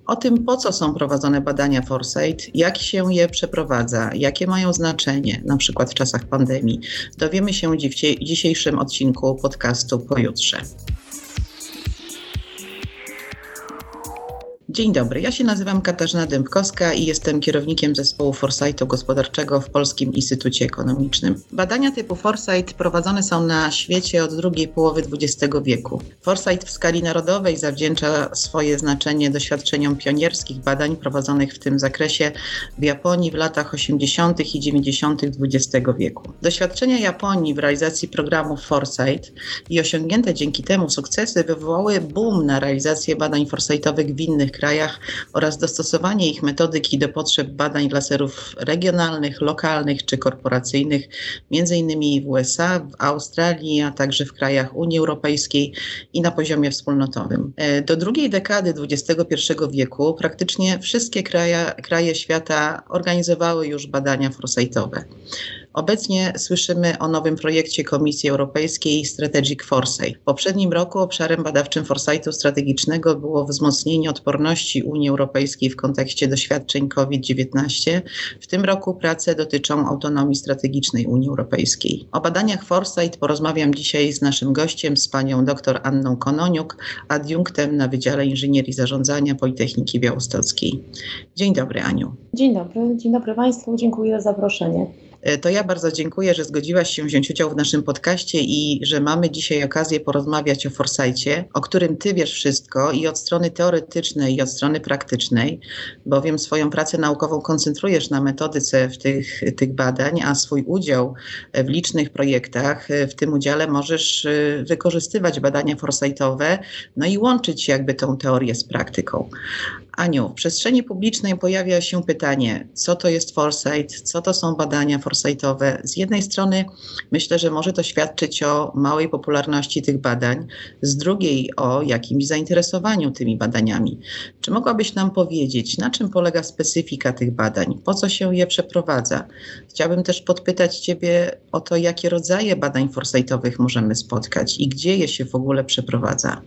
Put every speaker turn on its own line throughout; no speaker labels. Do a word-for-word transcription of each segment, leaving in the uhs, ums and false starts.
O tym, po co są prowadzone badania Foresight, jak się je przeprowadza, jakie mają znaczenie, na przykład w czasach pandemii, dowiemy się w dzisiejszym odcinku podcastu Pojutrze. Dzień dobry, ja się nazywam Katarzyna Dębkowska i jestem kierownikiem zespołu Foresightu Gospodarczego w Polskim Instytucie Ekonomicznym. Badania typu Foresight prowadzone są na świecie od drugiej połowy dwudziestego wieku. Foresight w skali narodowej zawdzięcza swoje znaczenie doświadczeniom pionierskich badań prowadzonych w tym zakresie w Japonii w latach osiemdziesiątych i dziewięćdziesiątych dwudziestego wieku. Doświadczenia Japonii w realizacji programów Foresight i osiągnięte dzięki temu sukcesy wywołały boom na realizację badań foresightowych w innych krajach oraz dostosowanie ich metodyki do potrzeb badań laserów regionalnych, lokalnych czy korporacyjnych, między innymi w U S A, w Australii, a także w krajach Unii Europejskiej i na poziomie wspólnotowym. Do drugiej dekady dwudziestego pierwszego wieku praktycznie wszystkie kraje, kraje świata organizowały już badania foresightowe. Obecnie słyszymy o nowym projekcie Komisji Europejskiej Strategic Foresight. W poprzednim roku obszarem badawczym foresightu strategicznego było wzmocnienie odporności Unii Europejskiej w kontekście doświadczeń COVID dziewiętnaście. W tym roku prace dotyczą autonomii strategicznej Unii Europejskiej. O badaniach Foresight porozmawiam dzisiaj z naszym gościem, z panią dr Anną Kononiuk, adiunktem na Wydziale Inżynierii Zarządzania Politechniki Białostockiej. Dzień dobry, Aniu.
Dzień dobry, dzień dobry Państwu, dziękuję za zaproszenie.
To ja bardzo dziękuję, że zgodziłaś się wziąć udział w naszym podcaście i że mamy dzisiaj okazję porozmawiać o Foresighcie, o którym Ty wiesz wszystko i od strony teoretycznej i od strony praktycznej, bowiem swoją pracę naukową koncentrujesz na metodyce w tych, tych badań, a swój udział w licznych projektach, w tym udziale możesz wykorzystywać badania foresightowe, no i łączyć jakby tą teorię z praktyką. Aniu, w przestrzeni publicznej pojawia się pytanie, co to jest Foresight, co to są badania foresightowe. Z jednej strony myślę, że może to świadczyć o małej popularności tych badań, z drugiej o jakimś zainteresowaniu tymi badaniami. Czy mogłabyś nam powiedzieć, na czym polega specyfika tych badań, po co się je przeprowadza? Chciałabym też podpytać Ciebie o to, jakie rodzaje badań foresightowych możemy spotkać i gdzie je się w ogóle przeprowadza.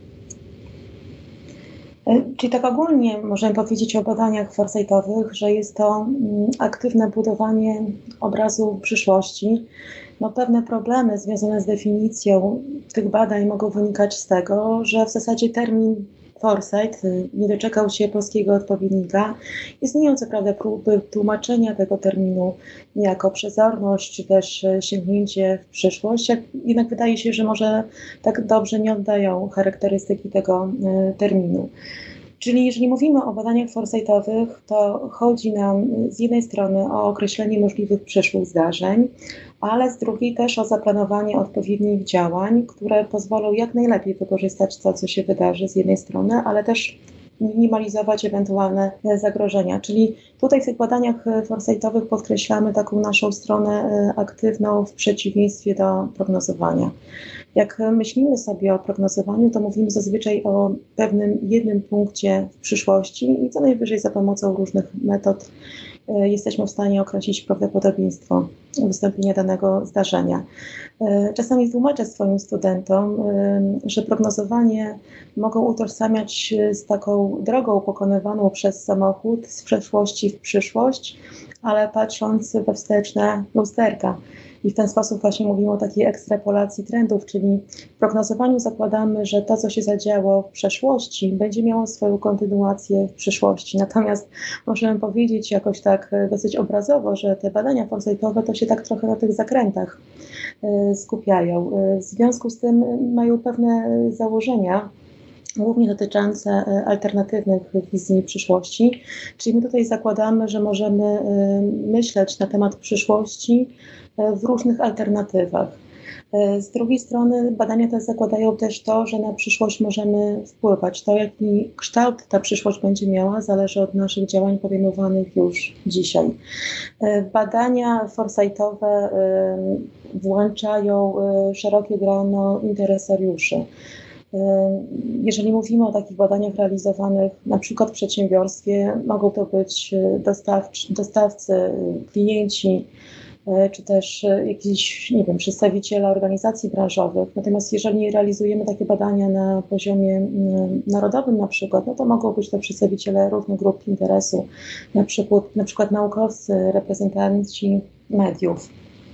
Czyli tak ogólnie możemy powiedzieć o badaniach foresightowych, że jest to aktywne budowanie obrazu przyszłości. No, pewne problemy związane z definicją tych badań mogą wynikać z tego, że w zasadzie termin Foresight nie doczekał się polskiego odpowiednika. Istnieją co prawda próby tłumaczenia tego terminu jako przezorność, czy też sięgnięcie w przyszłość, jednak wydaje się, że może tak dobrze nie oddają charakterystyki tego terminu. Czyli jeżeli mówimy o badaniach foresightowych, to chodzi nam z jednej strony o określenie możliwych przyszłych zdarzeń, ale z drugiej też o zaplanowanie odpowiednich działań, które pozwolą jak najlepiej wykorzystać to, co się wydarzy z jednej strony, ale też minimalizować ewentualne zagrożenia. Czyli tutaj w tych badaniach foresightowych podkreślamy taką naszą stronę aktywną w przeciwieństwie do prognozowania. Jak myślimy sobie o prognozowaniu, to mówimy zazwyczaj o pewnym jednym punkcie w przyszłości i co najwyżej za pomocą różnych metod jesteśmy w stanie określić prawdopodobieństwo wystąpienia danego zdarzenia. Czasami tłumaczę swoim studentom, że prognozowanie mogą utożsamiać z taką drogą pokonywaną przez samochód z przeszłości w przyszłość, ale patrząc we wsteczne lusterka. I w ten sposób właśnie mówimy o takiej ekstrapolacji trendów, czyli w prognozowaniu zakładamy, że to, co się zadziało w przeszłości, będzie miało swoją kontynuację w przyszłości. Natomiast możemy powiedzieć jakoś tak dosyć obrazowo, że te badania foresightowe to się tak trochę na tych zakrętach skupiają. W związku z tym mają pewne założenia, głównie dotyczące alternatywnych wizji przyszłości. Czyli my tutaj zakładamy, że możemy myśleć na temat przyszłości w różnych alternatywach. Z drugiej strony badania te zakładają też to, że na przyszłość możemy wpływać. To, jaki kształt ta przyszłość będzie miała, zależy od naszych działań podejmowanych już dzisiaj. Badania foresightowe włączają szerokie grono interesariuszy. Jeżeli mówimy o takich badaniach realizowanych na przykład w przedsiębiorstwie, mogą to być dostawcy, dostawcy klienci, czy też jakiś, nie wiem, przedstawiciele organizacji branżowych. Natomiast jeżeli realizujemy takie badania na poziomie narodowym na przykład, no to mogą być to przedstawiciele różnych grup interesu, na przykład, na przykład naukowcy, reprezentanci mediów.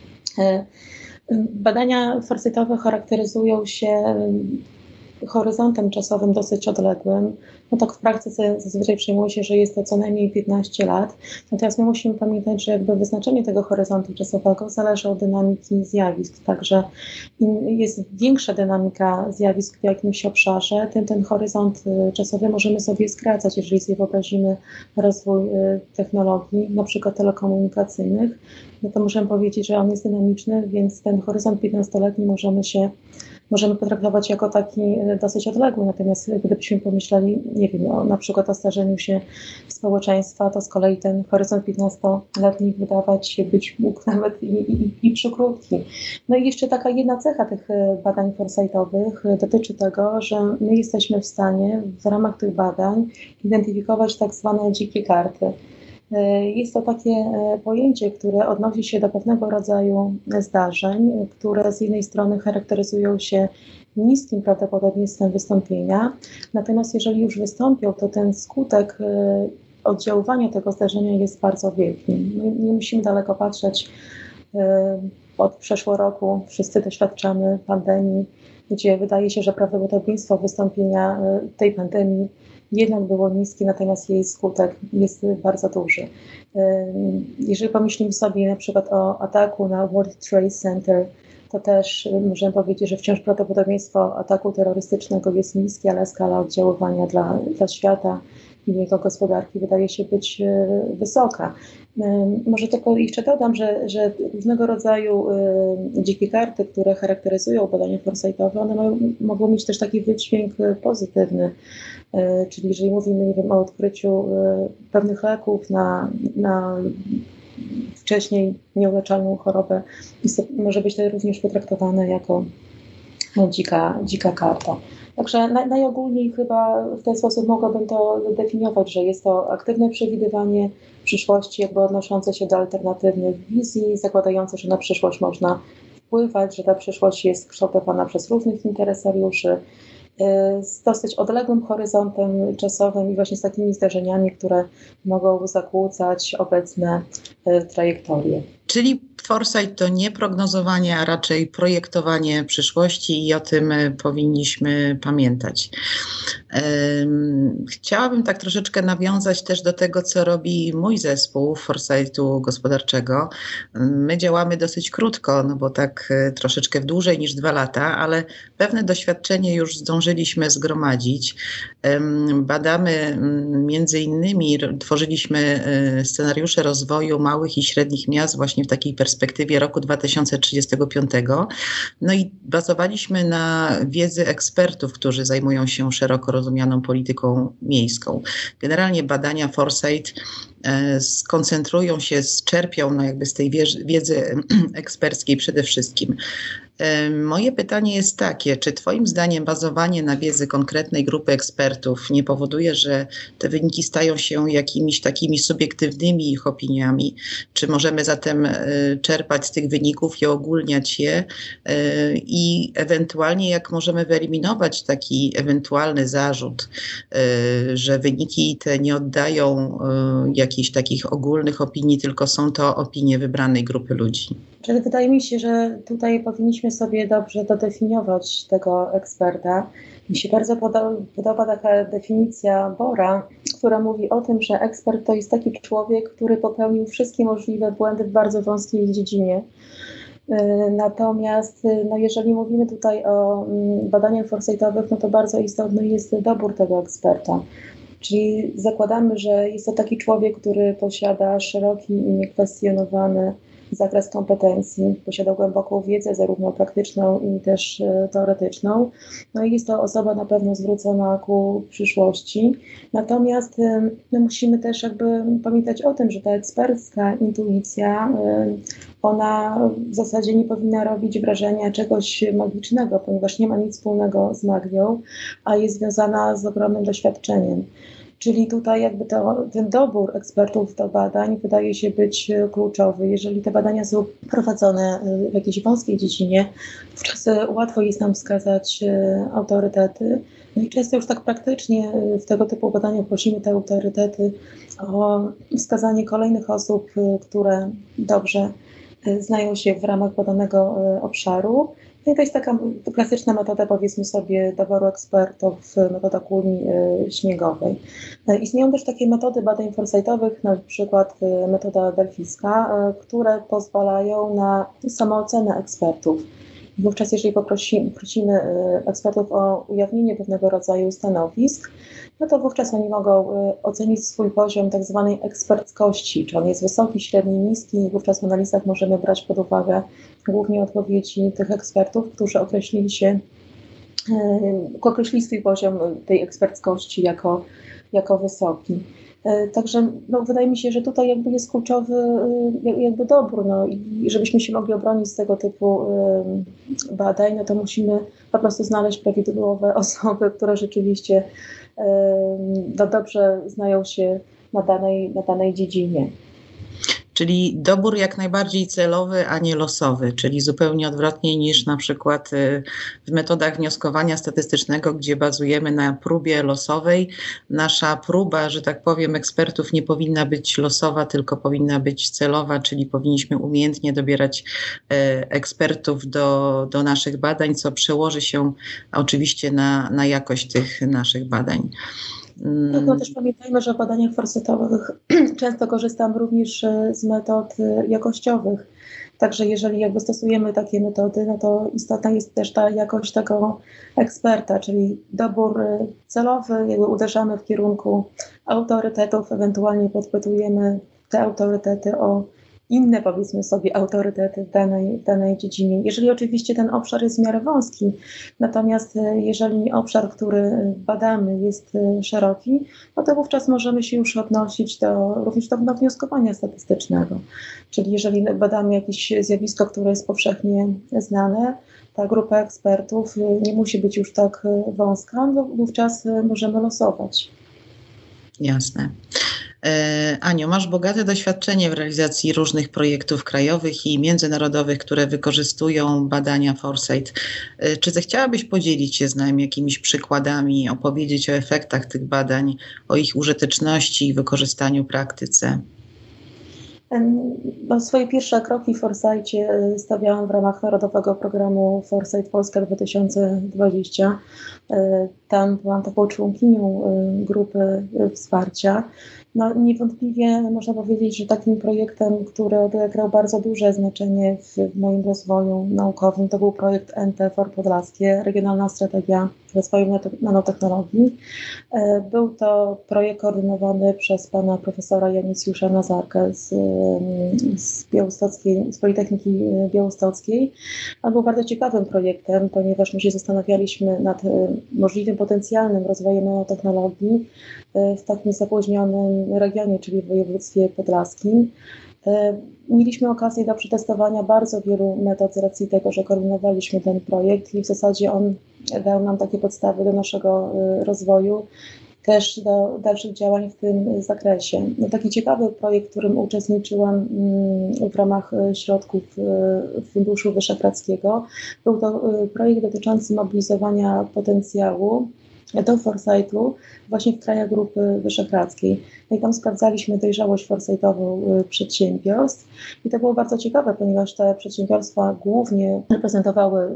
Badania forsytowe charakteryzują się horyzontem czasowym dosyć odległym. No tak w praktyce zazwyczaj przyjmuje się, że jest to co najmniej piętnaście lat. Natomiast my musimy pamiętać, że jakby wyznaczenie tego horyzontu czasowego zależy od dynamiki zjawisk. Także im jest większa dynamika zjawisk w jakimś obszarze, tym ten horyzont czasowy możemy sobie skracać, jeżeli sobie wyobrazimy rozwój technologii, na przykład telekomunikacyjnych, no to możemy powiedzieć, że on jest dynamiczny, więc ten horyzont piętnastoletni możemy się możemy potraktować jako taki dosyć odległy. Natomiast gdybyśmy pomyśleli, nie wiem, o, na przykład o starzeniu się społeczeństwa, to z kolei ten horyzont piętnastoletni wydawać się być mógł nawet i, i, i przykrótki. No i jeszcze taka jedna cecha tych badań foresightowych dotyczy tego, że my jesteśmy w stanie w ramach tych badań identyfikować tak zwane dzikie karty. Jest to takie pojęcie, które odnosi się do pewnego rodzaju zdarzeń, które z jednej strony charakteryzują się niskim prawdopodobieństwem wystąpienia, natomiast jeżeli już wystąpią, to ten skutek oddziaływania tego zdarzenia jest bardzo wielki. Nie, nie musimy daleko patrzeć. Od przeszłego roku wszyscy doświadczamy pandemii, gdzie wydaje się, że prawdopodobieństwo wystąpienia tej pandemii jednak było niskie, natomiast jej skutek jest bardzo duży. Jeżeli pomyślimy sobie na przykład o ataku na World Trade Center, to też możemy powiedzieć, że wciąż prawdopodobieństwo ataku terrorystycznego jest niskie, ale skala oddziaływania dla, dla świata i jego gospodarki wydaje się być wysoka. Może tylko jeszcze dodam, że, że różnego rodzaju dzikie karty, które charakteryzują badania foresightowe, one mają, mogą mieć też taki wydźwięk pozytywny. Czyli jeżeli mówimy, nie wiem, o odkryciu pewnych leków na, na wcześniej nieuleczalną chorobę, może być to również potraktowane jako no, dzika, dzika karta. Także naj, najogólniej chyba w ten sposób mogłabym to definiować, że jest to aktywne przewidywanie przyszłości, jakby odnoszące się do alternatywnych wizji, zakładające, że na przyszłość można wpływać, że ta przyszłość jest kształtowana przez różnych interesariuszy, z dosyć odległym horyzontem czasowym i właśnie z takimi zdarzeniami, które mogą zakłócać obecne trajektorie.
Czyli foresight to nie prognozowanie, a raczej projektowanie przyszłości i o tym powinniśmy pamiętać. Chciałabym tak troszeczkę nawiązać też do tego, co robi mój zespół foresightu gospodarczego. My działamy dosyć krótko, no bo tak troszeczkę dłużej niż dwa lata, ale pewne doświadczenie już zdążyliśmy zgromadzić. Badamy między innymi, tworzyliśmy scenariusze rozwoju małych i średnich miast właśnie w takiej perspektywie roku dwa tysiące trzydziestego piątego. No i bazowaliśmy na wiedzy ekspertów, którzy zajmują się szeroko rozumianą polityką miejską. Generalnie badania foresight e, skoncentrują się, czerpią no jakby z tej wiedzy eksperckiej przede wszystkim. Moje pytanie jest takie, czy Twoim zdaniem bazowanie na wiedzy konkretnej grupy ekspertów nie powoduje, że te wyniki stają się jakimiś takimi subiektywnymi ich opiniami? Czy możemy zatem czerpać z tych wyników i ogólniać je? I ewentualnie jak możemy wyeliminować taki ewentualny zarzut, że wyniki te nie oddają jakichś takich ogólnych opinii, tylko są to opinie wybranej grupy ludzi?
Czyli wydaje mi się, że tutaj powinniśmy sobie dobrze dodefiniować tego eksperta. Mi się bardzo poda- podoba taka definicja Bora, która mówi o tym, że ekspert to jest taki człowiek, który popełnił wszystkie możliwe błędy w bardzo wąskiej dziedzinie. Natomiast no jeżeli mówimy tutaj o badaniach foresightowych, no to bardzo istotny jest dobór tego eksperta. Czyli zakładamy, że jest to taki człowiek, który posiada szeroki i niekwestionowany zakres kompetencji, posiada głęboką wiedzę zarówno praktyczną i też teoretyczną. No i jest to osoba na pewno zwrócona ku przyszłości. Natomiast my musimy też jakby pamiętać o tym, że ta ekspercka intuicja, ona w zasadzie nie powinna robić wrażenia czegoś magicznego, ponieważ nie ma nic wspólnego z magią, a jest związana z ogromnym doświadczeniem. Czyli tutaj jakby to, ten dobór ekspertów do badań wydaje się być kluczowy. Jeżeli te badania są prowadzone w jakiejś wąskiej dziedzinie, wówczas łatwo jest nam wskazać autorytety. No i często już tak praktycznie w tego typu badaniach prosimy te autorytety o wskazanie kolejnych osób, które dobrze znają się w ramach badanego obszaru. No i to jest taka klasyczna metoda, powiedzmy sobie, doboru ekspertów, metoda kuli śniegowej. Istnieją też takie metody badań foresightowych, na przykład metoda delfiska, które pozwalają na samoocenę ekspertów. Wówczas, jeżeli poprosimy, prosimy ekspertów o ujawnienie pewnego rodzaju stanowisk, no to wówczas oni mogą ocenić swój poziom tak zwanej eksperckości, czy on jest wysoki, średni, niski, i wówczas w analizach możemy brać pod uwagę głównie odpowiedzi tych ekspertów, którzy określili się, określili swój poziom tej eksperckości jako, jako wysoki. Także no, wydaje mi się, że tutaj jakby jest kluczowy jakby dobór, no, i żebyśmy się mogli obronić z tego typu badań, no to musimy po prostu znaleźć prawidłowe osoby, które rzeczywiście no, dobrze znają się na danej, na danej dziedzinie.
Czyli dobór jak najbardziej celowy, a nie losowy, czyli zupełnie odwrotnie niż na przykład w metodach wnioskowania statystycznego, gdzie bazujemy na próbie losowej. Nasza próba, że tak powiem, ekspertów nie powinna być losowa, tylko powinna być celowa, czyli powinniśmy umiejętnie dobierać ekspertów do, do naszych badań, co przełoży się oczywiście na, na jakość tych naszych badań.
Tak, no też pamiętajmy, że w badaniach foresightowych często korzystam również z metod jakościowych. Także jeżeli jakby stosujemy takie metody, no to istotna jest też ta jakość tego eksperta, czyli dobór celowy, jakby uderzamy w kierunku autorytetów, ewentualnie podpytujemy te autorytety o inne, powiedzmy sobie, autorytety w danej, w danej dziedzinie. Jeżeli oczywiście ten obszar jest w miarę wąski, natomiast jeżeli obszar, który badamy, jest szeroki, no to wówczas możemy się już odnosić do, również do wnioskowania statystycznego. Czyli jeżeli badamy jakieś zjawisko, które jest powszechnie znane, ta grupa ekspertów nie musi być już tak wąska, no wówczas możemy losować.
Jasne. Aniu, masz bogate doświadczenie w realizacji różnych projektów krajowych i międzynarodowych, które wykorzystują badania Foresight. Czy zechciałabyś podzielić się z nami jakimiś przykładami, opowiedzieć o efektach tych badań, o ich użyteczności i wykorzystaniu w praktyce?
No, swoje pierwsze kroki w Foresightie stawiałam w ramach Narodowego Programu Foresight Polska dwa tysiące dwadzieścia. Tam byłam taką członkinią grupy wsparcia. No, niewątpliwie można powiedzieć, że takim projektem, który odegrał bardzo duże znaczenie w, w moim rozwoju naukowym, to był projekt N T for Podlaskie, Regionalna Strategia Rozwoju Nanotechnologii. Był to projekt koordynowany przez pana profesora Janicjusza Nazarkę z, z, Białostockiej, z Politechniki Białostockiej. On był bardzo ciekawym projektem, ponieważ my się zastanawialiśmy nad możliwym potencjalnym rozwojem nanotechnologii w takim zapóźnionym regionie, czyli w województwie podlaskim. Mieliśmy okazję do przetestowania bardzo wielu metod z racji tego, że koordynowaliśmy ten projekt i w zasadzie on dał nam takie podstawy do naszego rozwoju, też do dalszych działań w tym zakresie. No, taki ciekawy projekt, w którym uczestniczyłam w ramach środków Funduszu Wyszehradzkiego, był to projekt dotyczący mobilizowania potencjału do Foresightu właśnie w krajach Grupy Wyszehradzkiej. No i tam sprawdzaliśmy dojrzałość foresightovą przedsiębiorstw i to było bardzo ciekawe, ponieważ te przedsiębiorstwa głównie reprezentowały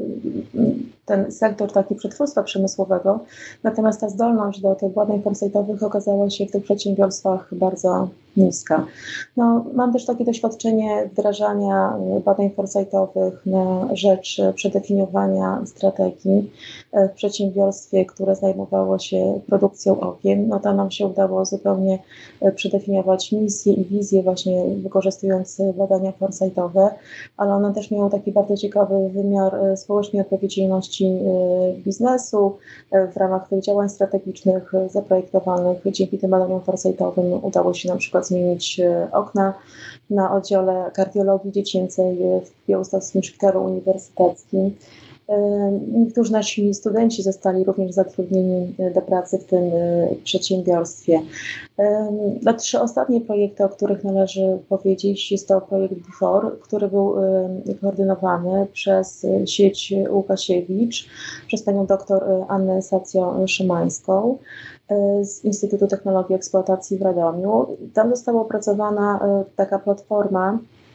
ten sektor taki przetwórstwa przemysłowego, natomiast ta zdolność do tych badań foresightowych okazała się w tych przedsiębiorstwach bardzo niska. No, mam też takie doświadczenie wdrażania badań foresightowych na rzecz przedefiniowania strategii w przedsiębiorstwie, które zajmowało się produkcją okien. No, tam nam się udało zupełnie przedefiniować misję i wizję właśnie wykorzystując badania foresightowe, ale one też miały taki bardzo ciekawy wymiar społecznej odpowiedzialności biznesu w ramach tych działań strategicznych zaprojektowanych. Dzięki tym badaniom foresightovym udało się na przykład zmienić okna na oddziale kardiologii dziecięcej w Białostockim Szpitalu Uniwersyteckim. Niektórzy nasi studenci zostali również zatrudnieni do pracy w tym przedsiębiorstwie. Na trzy ostatnie projekty, o których należy powiedzieć, jest to projekt Before, który był koordynowany przez sieć Łukasiewicz, przez panią doktor Annę Sacjo-Szymańską z Instytutu Technologii i Eksploatacji w Radomiu. Tam została opracowana taka platforma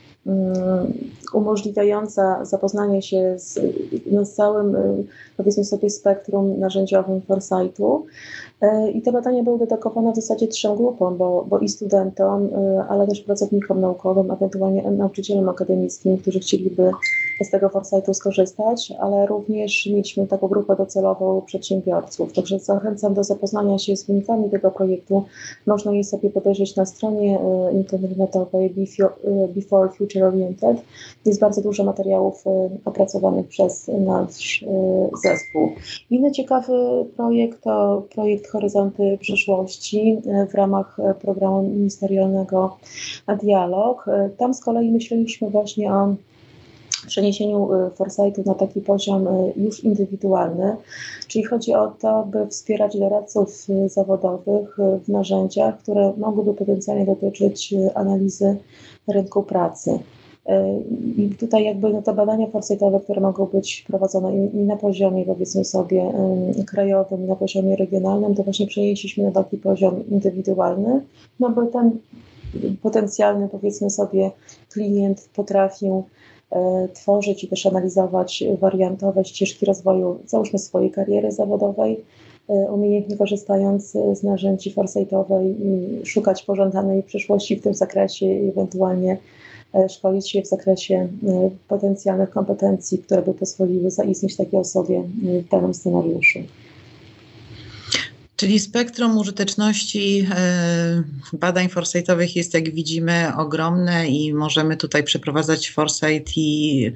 umożliwiająca zapoznanie się z, no, z całym, powiedzmy sobie, spektrum narzędziowym Foresightu. I te badania były dedykowane w zasadzie trzem grupom, bo, bo i studentom, ale też pracownikom naukowym, ewentualnie nauczycielom akademickim, którzy chcieliby z tego Foresightu skorzystać, ale również mieliśmy taką grupę docelową przedsiębiorców. Także zachęcam do zapoznania się z wynikami tego projektu. Można je sobie podejrzeć na stronie internetowej Before Future Oriented. Jest bardzo dużo materiałów opracowanych przez nasz zespół. Inny ciekawy projekt to projekt Horyzonty Przyszłości w ramach programu ministerialnego Dialog. Tam z kolei myśleliśmy właśnie o przeniesieniu Foresightu na taki poziom już indywidualny, czyli chodzi o to, by wspierać doradców zawodowych w narzędziach, które mogłyby potencjalnie dotyczyć analizy rynku pracy. I tutaj jakby no, te badania foresightowe, które mogą być prowadzone i, i na poziomie, powiedzmy sobie, krajowym, i na poziomie regionalnym, to właśnie przenieśliśmy na taki poziom indywidualny, no bo ten potencjalny, powiedzmy sobie, klient potrafił e, tworzyć i też analizować wariantowe ścieżki rozwoju, załóżmy, swojej kariery zawodowej, e, umiejętnie korzystając z narzędzi foresightowej i szukać pożądanej przyszłości w tym zakresie i ewentualnie szkolić się w zakresie potencjalnych kompetencji, które by pozwoliły zaistnieć takiej osobie w danym scenariuszu.
Czyli spektrum użyteczności badań foresightowych jest, jak widzimy, ogromne i możemy tutaj przeprowadzać foresight i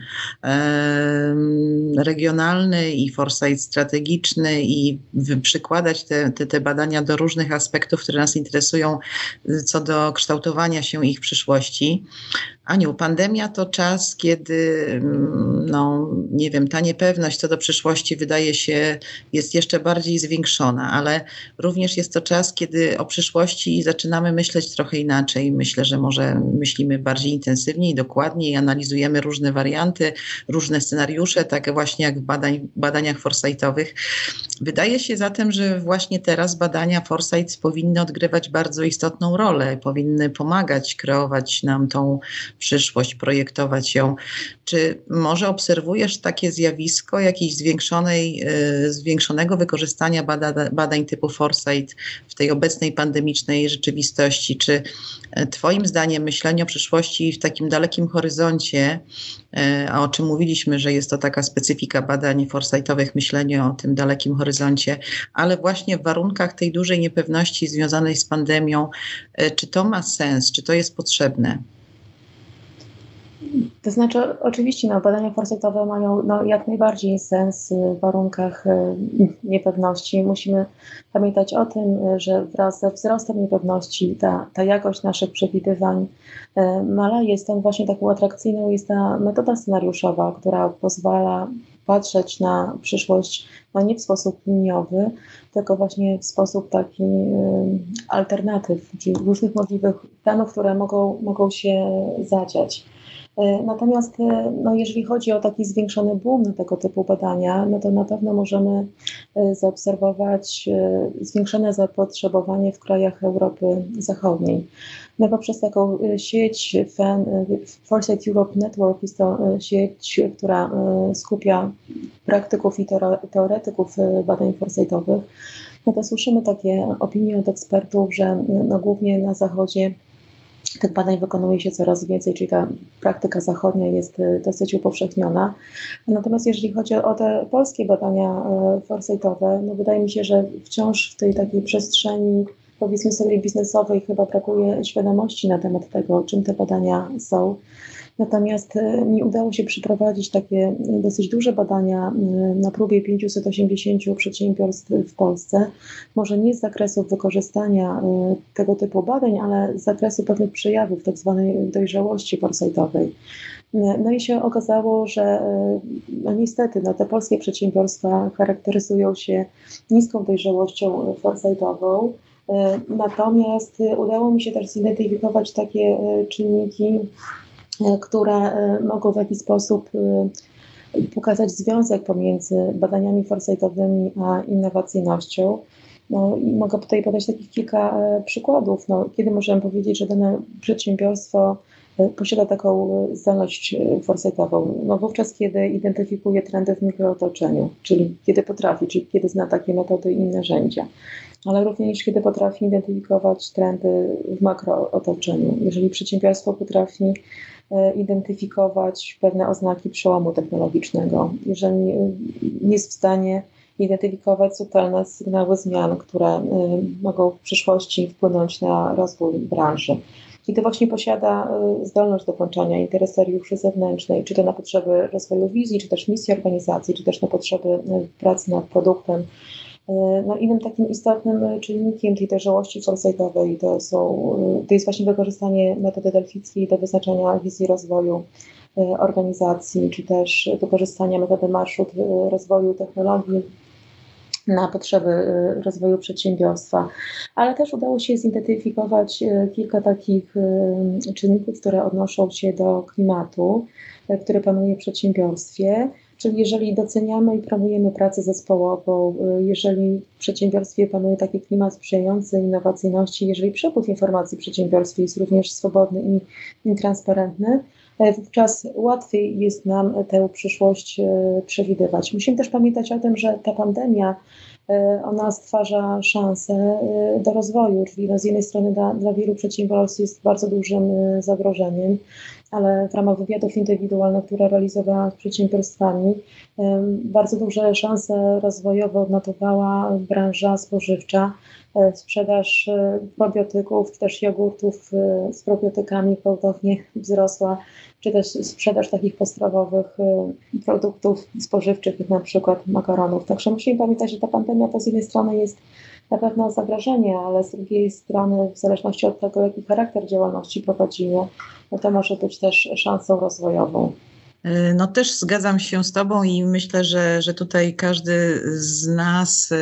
regionalny, i foresight strategiczny i przykładać te, te, te badania do różnych aspektów, które nas interesują co do kształtowania się ich przyszłości. Aniu, pandemia to czas, kiedy, no nie wiem, ta niepewność co do przyszłości wydaje się jest jeszcze bardziej zwiększona, ale również jest to czas, kiedy o przyszłości zaczynamy myśleć trochę inaczej. Myślę, że może myślimy bardziej intensywniej, dokładniej, analizujemy różne warianty, różne scenariusze, tak właśnie jak w badań, badaniach foresightowych. Wydaje się zatem, że właśnie teraz badania foresight powinny odgrywać bardzo istotną rolę, powinny pomagać kreować nam tą przyszłość, projektować ją. Czy może obserwujesz takie zjawisko jakiejś zwiększonej, y, zwiększonego wykorzystania bada, badań typu foresight w tej obecnej pandemicznej rzeczywistości? Czy y, twoim zdaniem myślenie o przyszłości w takim dalekim horyzoncie, y, a o czym mówiliśmy, że jest to taka specyfika badań foresightowych, myślenie o tym dalekim horyzoncie, ale właśnie w warunkach tej dużej niepewności związanej z pandemią, y, czy to ma sens, czy to jest potrzebne?
To znaczy, oczywiście no, badania foresightowe mają no, jak najbardziej sens w warunkach niepewności. Musimy pamiętać o tym, że wraz ze wzrostem niepewności ta, ta jakość naszych przewidywań maleje. Stąd właśnie taką atrakcyjną jest ta metoda scenariuszowa, która pozwala patrzeć na przyszłość no nie w sposób liniowy, tylko właśnie w sposób taki alternatyw, czyli różnych możliwych planów, które mogą, mogą się zadziać. Natomiast no, jeżeli chodzi o taki zwiększony boom na tego typu badania, no to na pewno możemy zaobserwować zwiększone zapotrzebowanie w krajach Europy Zachodniej. No, poprzez taką sieć Foresight Europe Network, jest to sieć, która skupia praktyków i teoretyków badań foresightowych, no to słyszymy takie opinie od ekspertów, że no, głównie na Zachodzie tych badań wykonuje się coraz więcej, czyli ta praktyka zachodnia jest dosyć upowszechniona. Natomiast jeżeli chodzi o te polskie badania foresightowe, no wydaje mi się, że wciąż w tej takiej przestrzeni, powiedzmy sobie, biznesowej chyba brakuje świadomości na temat tego, czym te badania są. Natomiast mi udało się przeprowadzić takie dosyć duże badania na próbie pięciuset osiemdziesięciu przedsiębiorstw w Polsce. Może nie z zakresu wykorzystania tego typu badań, ale z zakresu pewnych przejawów tak zwanej dojrzałości foresightowej. No i się okazało, że no niestety no te polskie przedsiębiorstwa charakteryzują się niską dojrzałością foresightovą. Natomiast udało mi się też zidentyfikować takie czynniki, które mogą w jakiś sposób pokazać związek pomiędzy badaniami foresightowymi a innowacyjnością. No i mogę tutaj podać takich kilka przykładów, no, kiedy możemy powiedzieć, że dane przedsiębiorstwo posiada taką zdolność foresightovą. No wówczas, kiedy identyfikuje trendy w mikrootoczeniu, czyli kiedy potrafi, czyli kiedy zna takie metody i narzędzia, ale również kiedy potrafi identyfikować trendy w makrootoczeniu. Jeżeli przedsiębiorstwo potrafi identyfikować pewne oznaki przełomu technologicznego, jeżeli jest w stanie identyfikować subtelne sygnały zmian, które mogą w przyszłości wpłynąć na rozwój branży. Kiedy właśnie posiada zdolność do włączania interesariuszy zewnętrznej, czy to na potrzeby rozwoju wizji, czy też misji organizacji, czy też na potrzeby pracy nad produktem. No, innym takim istotnym czynnikiem tej dojrzałości foresightowej to, są, to jest właśnie wykorzystanie metody delfickiej do wyznaczania wizji rozwoju organizacji, czy też wykorzystania metody marszrut rozwoju technologii na potrzeby rozwoju przedsiębiorstwa, ale też udało się zidentyfikować kilka takich czynników, które odnoszą się do klimatu, który panuje w przedsiębiorstwie. Czyli jeżeli doceniamy i promujemy pracę zespołową, jeżeli w przedsiębiorstwie panuje taki klimat sprzyjający innowacyjności, jeżeli przepływ informacji w przedsiębiorstwie jest również swobodny i, i transparentny, wówczas łatwiej jest nam tę przyszłość przewidywać. Musimy też pamiętać o tym, że ta pandemia, ona stwarza szansę do rozwoju, czyli no z jednej strony dla, dla wielu przedsiębiorstw jest bardzo dużym zagrożeniem, ale w ramach wywiadów indywidualnych, które realizowałam z przedsiębiorstwami, bardzo duże szanse rozwojowe odnotowała branża spożywcza. Sprzedaż probiotyków, czy też jogurtów z probiotykami gwałtownie wzrosła, czy też sprzedaż takich podstawowych produktów spożywczych, jak na przykład makaronów. Także musimy pamiętać, że ta pandemia to z jednej strony jest na pewno zagrożenie, ale z drugiej strony w zależności od tego, jaki charakter działalności prowadzimy, no to może być też szansą rozwojową.
No też zgadzam się z Tobą i myślę, że, że tutaj każdy z nas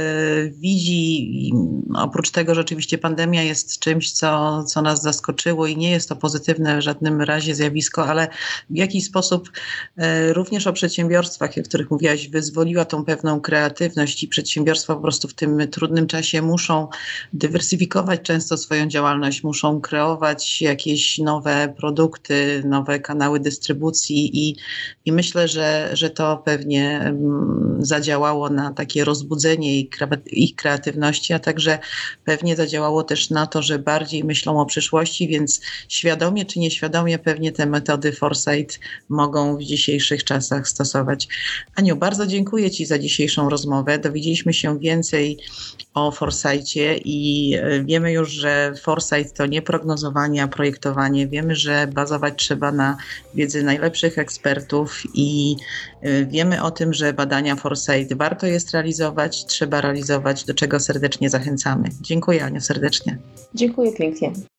widzi, oprócz tego, że oczywiście pandemia jest czymś, co, co nas zaskoczyło i nie jest to pozytywne w żadnym razie zjawisko, ale w jakiś sposób również o przedsiębiorstwach, o których mówiłaś, wyzwoliła tą pewną kreatywność i przedsiębiorstwa po prostu w tym trudnym czasie muszą dywersyfikować często swoją działalność, muszą kreować jakieś nowe produkty, nowe kanały dystrybucji i I myślę, że, że to pewnie zadziałało na takie rozbudzenie ich kreatywności, a także pewnie zadziałało też na to, że bardziej myślą o przyszłości, więc świadomie czy nieświadomie pewnie te metody foresight mogą w dzisiejszych czasach stosować. Aniu, bardzo dziękuję Ci za dzisiejszą rozmowę. Dowiedzieliśmy się więcej o foresightie i wiemy już, że foresight to nie prognozowanie, a projektowanie. Wiemy, że bazować trzeba na wiedzy najlepszych ekspertów i wiemy o tym, że badania foresight warto jest realizować, trzeba realizować, do czego serdecznie zachęcamy. Dziękuję, Aniu, serdecznie.
Dziękuję pięknie.